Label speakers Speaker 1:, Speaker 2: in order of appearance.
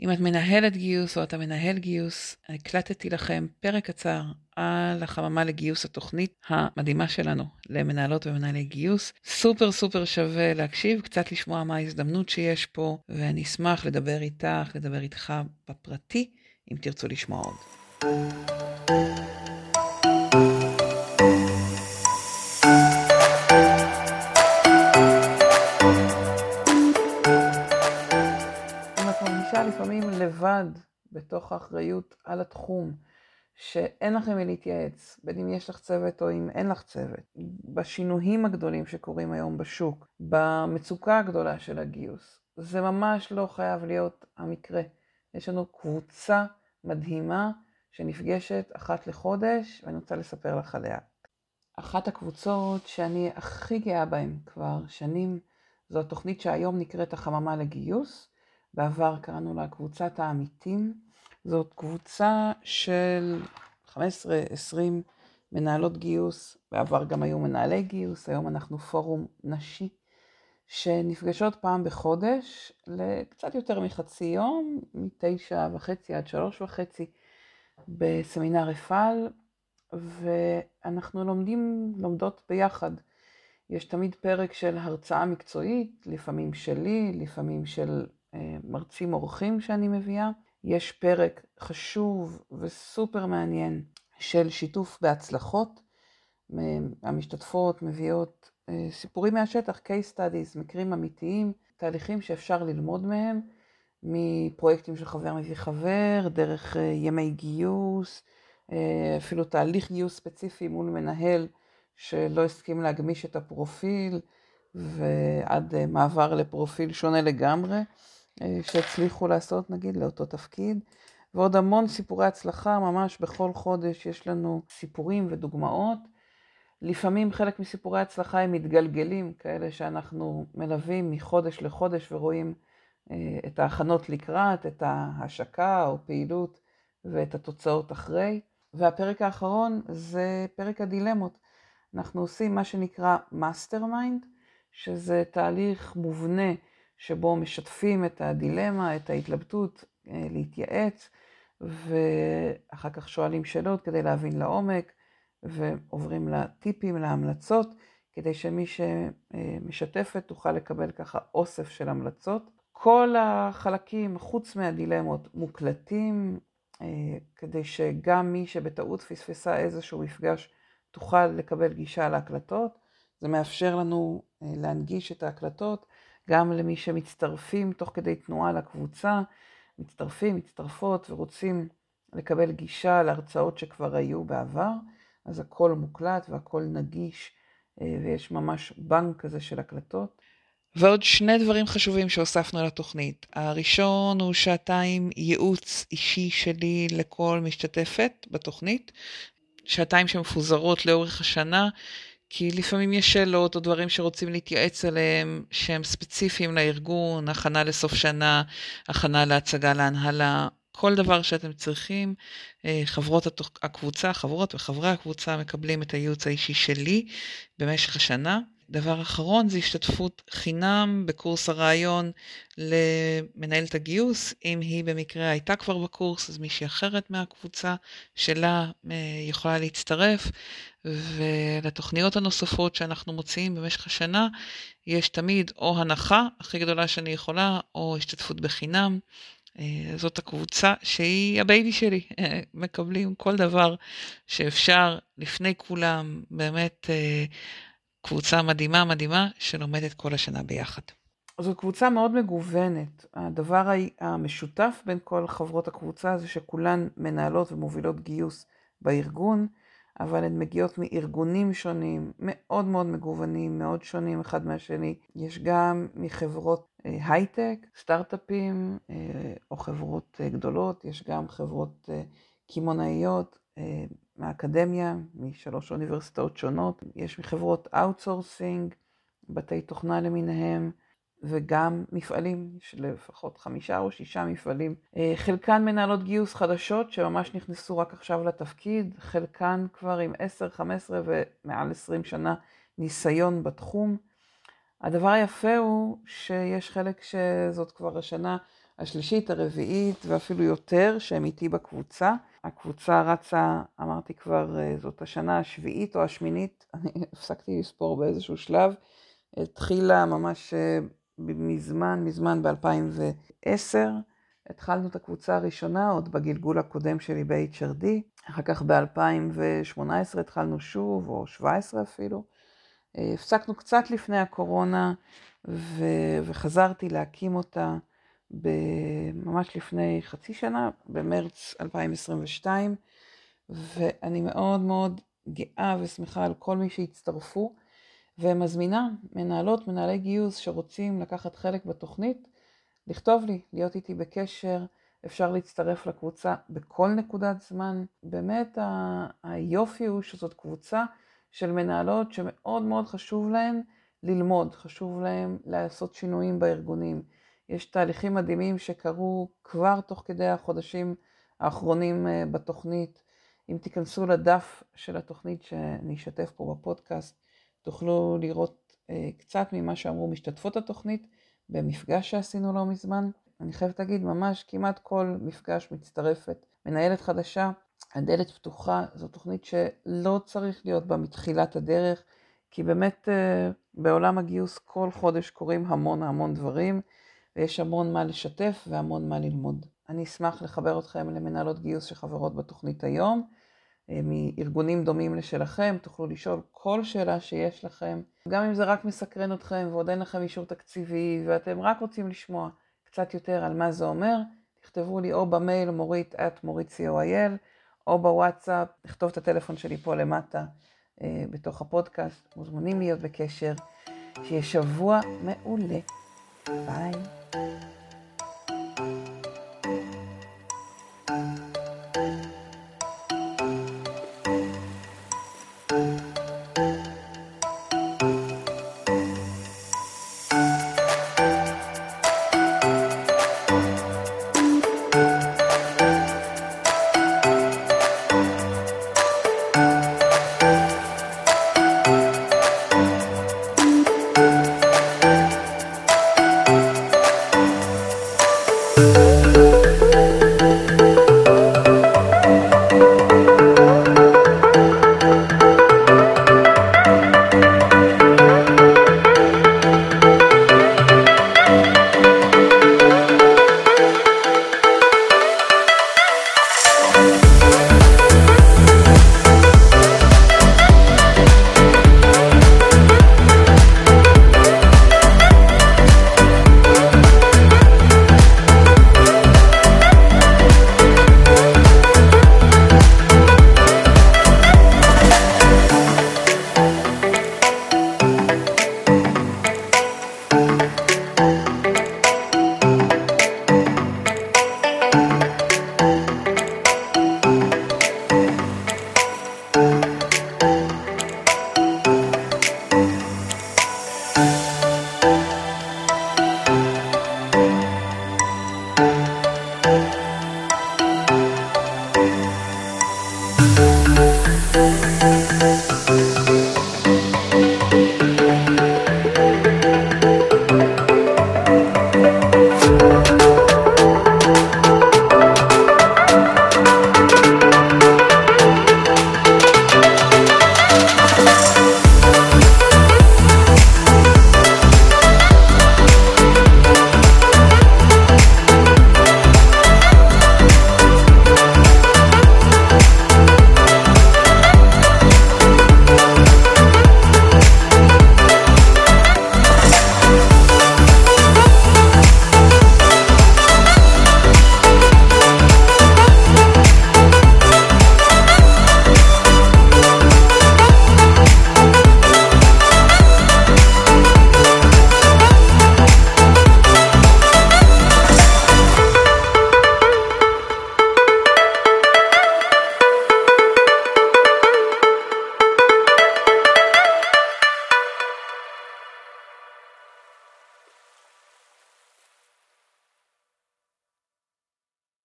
Speaker 1: אם את מנהלת גיוס או אתה מנהל גיוס, הקלטתי לכם פרק קצר על החממה לגיוס, התוכנית המדהימה שלנו למנהלות ומנהלי גיוס. סופר סופר שווה להקשיב, קצת לשמוע מה ההזדמנות שיש פה, ואני אשמח לדבר איתך, לדבר איתך בפרטי, אם תרצו לשמוע עוד. לפעמים לבד בתוך האחריות על התחום, שאין לכם להתייעץ, בין אם יש לך צוות או אם אין לך צוות, בשינויים הגדולים שקורים היום בשוק, במצוקה הגדולה של הגיוס, זה ממש לא חייב להיות המקרה. יש לנו קבוצה מדהימה שנפגשת אחת לחודש, ואני רוצה לספר לך עליה. אחת הקבוצות שאני הכי גאה בהן כבר שנים, זו התוכנית שהיום נקראת החממה לגיוס, בעבר קראנו לה קבוצת העמיתים. זאת קבוצה של 15-20 מנהלות גיוס, בעבר גם היו מנהלי גיוס, היום אנחנו פורום נשי, שנפגשות פעם בחודש, לקצת יותר מחצי יום, 9:30 עד 3:30, בסמינר אפעל, ואנחנו לומדות ביחד. יש תמיד פרק של הרצאה מקצועית, לפעמים שלי, לפעמים של מרצים אורחים שאני מביאה. יש פרק חשוב וסופר מעניין של שיתוף בהצלחות. המשתתפות מביאות סיפורים מהשטח, case studies, מקרים אמיתיים, תהליכים שאפשר ללמוד מהם, מפרויקטים של חבר מביא חבר, דרך ימי גיוס, אפילו תהליך גיוס ספציפי מול מנהל שלא הסכים להגמיש את הפרופיל, ועד מעבר לפרופיל שונה לגמרי, שהצליחו לעשות נגיד לאותו תפקיד, ועוד המון סיפורי הצלחה. ממש בכל חודש יש לנו סיפורים ודוגמאות. לפעמים חלק מסיפורי הצלחה הם מתגלגלים, כאלה שאנחנו מלווים מחודש לחודש ורואים את ההכנות לקראת, את ההשקה או פעילות ואת התוצאות אחרי. והפרק האחרון זה פרק הדילמות. אנחנו עושים מה שנקרא מאסטרמיינד, שזה תהליך מובנה שבו משתפים את הדילמה, את ההתלבטות, להתייעץ, ואחר כך שואלים שאלות כדי להבין לעומק, ועוברים לטיפים, להמלצות, כדי שמי שמשתפת תוכל לקבל ככה אוסף של המלצות. כל החלקים חוץ מהדילמות מוקלטים, כדי שגם מי שבטעות פספסה איזשהו מפגש תוכל לקבל גישה להקלטות. זה מאפשר לנו להנגיש את ההקלטות גם למי שמצטרפים תוך כדי תנועה לקבוצה, מצטרפות ורוצים לקבל גישה להרצאות שכבר היו בעבר, אז הכל מוקלט והכל נגיש, ויש ממש בנק כזה של הקלטות. ועוד שני דברים חשובים שהוספנו לתוכנית. הראשון הוא 2 ייעוץ אישי שלי לכל משתתפת בתוכנית, 2 שמפוזרות לאורך השנה, כי לפעמים יש שאלות או דברים שרוצים להתייעץ עליהם, שהם ספציפיים לארגון, הכנה לסוף שנה, הכנה להצגה להנהלה, כל דבר שאתם צריכים. חברות וחברי הקבוצה מקבלים את הייעוץ האישי שלי במשך השנה. דבר אחרון זה השתתפות חינם בקורס הרעיון למנהלת הגיוס. אם היא במקרה הייתה כבר בקורס, אז מישהי אחרת מהקבוצה שלה יכולה להצטרף. ולתוכניות הנוספות שאנחנו מוציאים במשך השנה, יש תמיד או הנחה הכי גדולה שאני יכולה, או השתתפות בחינם. זאת הקבוצה שהיא הבייבי שלי, מקבלים כל דבר שאפשר לפני כולם, באמת קבוצה מדהימה שלומדת כל השנה ביחד. זו קבוצה מאוד מגוונת. הדבר המשותף בין כל חברות הקבוצה זה שכולן מנהלות ומובילות גיוס בארגון, אבל הן מגיעות מארגונים שונים, מאוד מאוד מגוונים, מאוד שונים אחד מהשני. יש גם מחברות הייטק, סטארט-אפים או חברות גדולות, יש גם חברות כימונאיות מהאקדמיה, משלוש אוניברסיטאות שונות, יש מחברות אאוטסורסינג, בתי תוכנה למיניהם, וגם מפעלים, יש לפחות 5 או 6 מפעלים. חלקן מנהלות גיוס חדשות שממש נכנסו רק עכשיו לתפקיד, חלקן כבר עם 10, 15 ומעל 20 שנה ניסיון בתחום. הדבר היפה הוא שיש חלק שזאת כבר השנה השלישית, הרביעית ואפילו יותר שהם איתי בקבוצה. הקבוצה רצה, אמרתי כבר, זאת השנה השביעית או השמינית, אני הפסקתי לספור באיזשהו שלב, התחילה ממש מזמן ב-2010, התחלנו את הקבוצה הראשונה עוד בגלגול הקודם שלי ב-HRD, אחר כך ב-2018 התחלנו שוב, או 17 אפילו, הפסקנו קצת לפני הקורונה, וחזרתי להקים אותה ממש לפני חצי שנה, במרץ 2022, ואני מאוד מאוד גאה ושמחה על כל מי שהצטרפו, ומזמינה מנהלות, מנהלי גיוס שרוצים לקחת חלק בתוכנית, לכתוב לי, להיות איתי בקשר, אפשר להצטרף לקבוצה בכל נקודת זמן. באמת היופי הוא שזאת קבוצה של מנהלות שמאוד מאוד חשוב להן ללמוד, חשוב להן לעשות שינויים בארגונים. יש תהליכים מדהימים שקרו כבר תוך כדי החודשים האחרונים בתוכנית. אם תיכנסו לדף של התוכנית שאני אשתף פה בפודקאסט, תוכלו לראות קצת ממה שאמרו משתתפות התוכנית במפגש שעשינו לא מזמן. אני חייבת להגיד, ממש כמעט כל מפגש מצטרפת מנהלת חדשה, הדלת פתוחה. זו תוכנית שלא צריך להיות בה מתחילת הדרך, כי באמת בעולם הגיוס כל חודש קורים המון דברים, ויש המון מה לשתף והמון מה ללמוד. אני אשמח לחבר אתכם למנהלות גיוס שחברות בתוכנית היום, מארגונים דומים לשלכם, תוכלו לשאול כל שאלה שיש לכם, גם אם זה רק מסקרן אתכם ועוד אין לכם אישור תקציבי, ואתם רק רוצים לשמוע קצת יותר על מה זה אומר, תכתבו לי או במייל morit@morit.co.il, או בוואטסאפ, תכתוב את הטלפון שלי פה למטה בתוך הפודקאסט, מוזמנים להיות בקשר. שיהיה שבוע מעולה. ביי.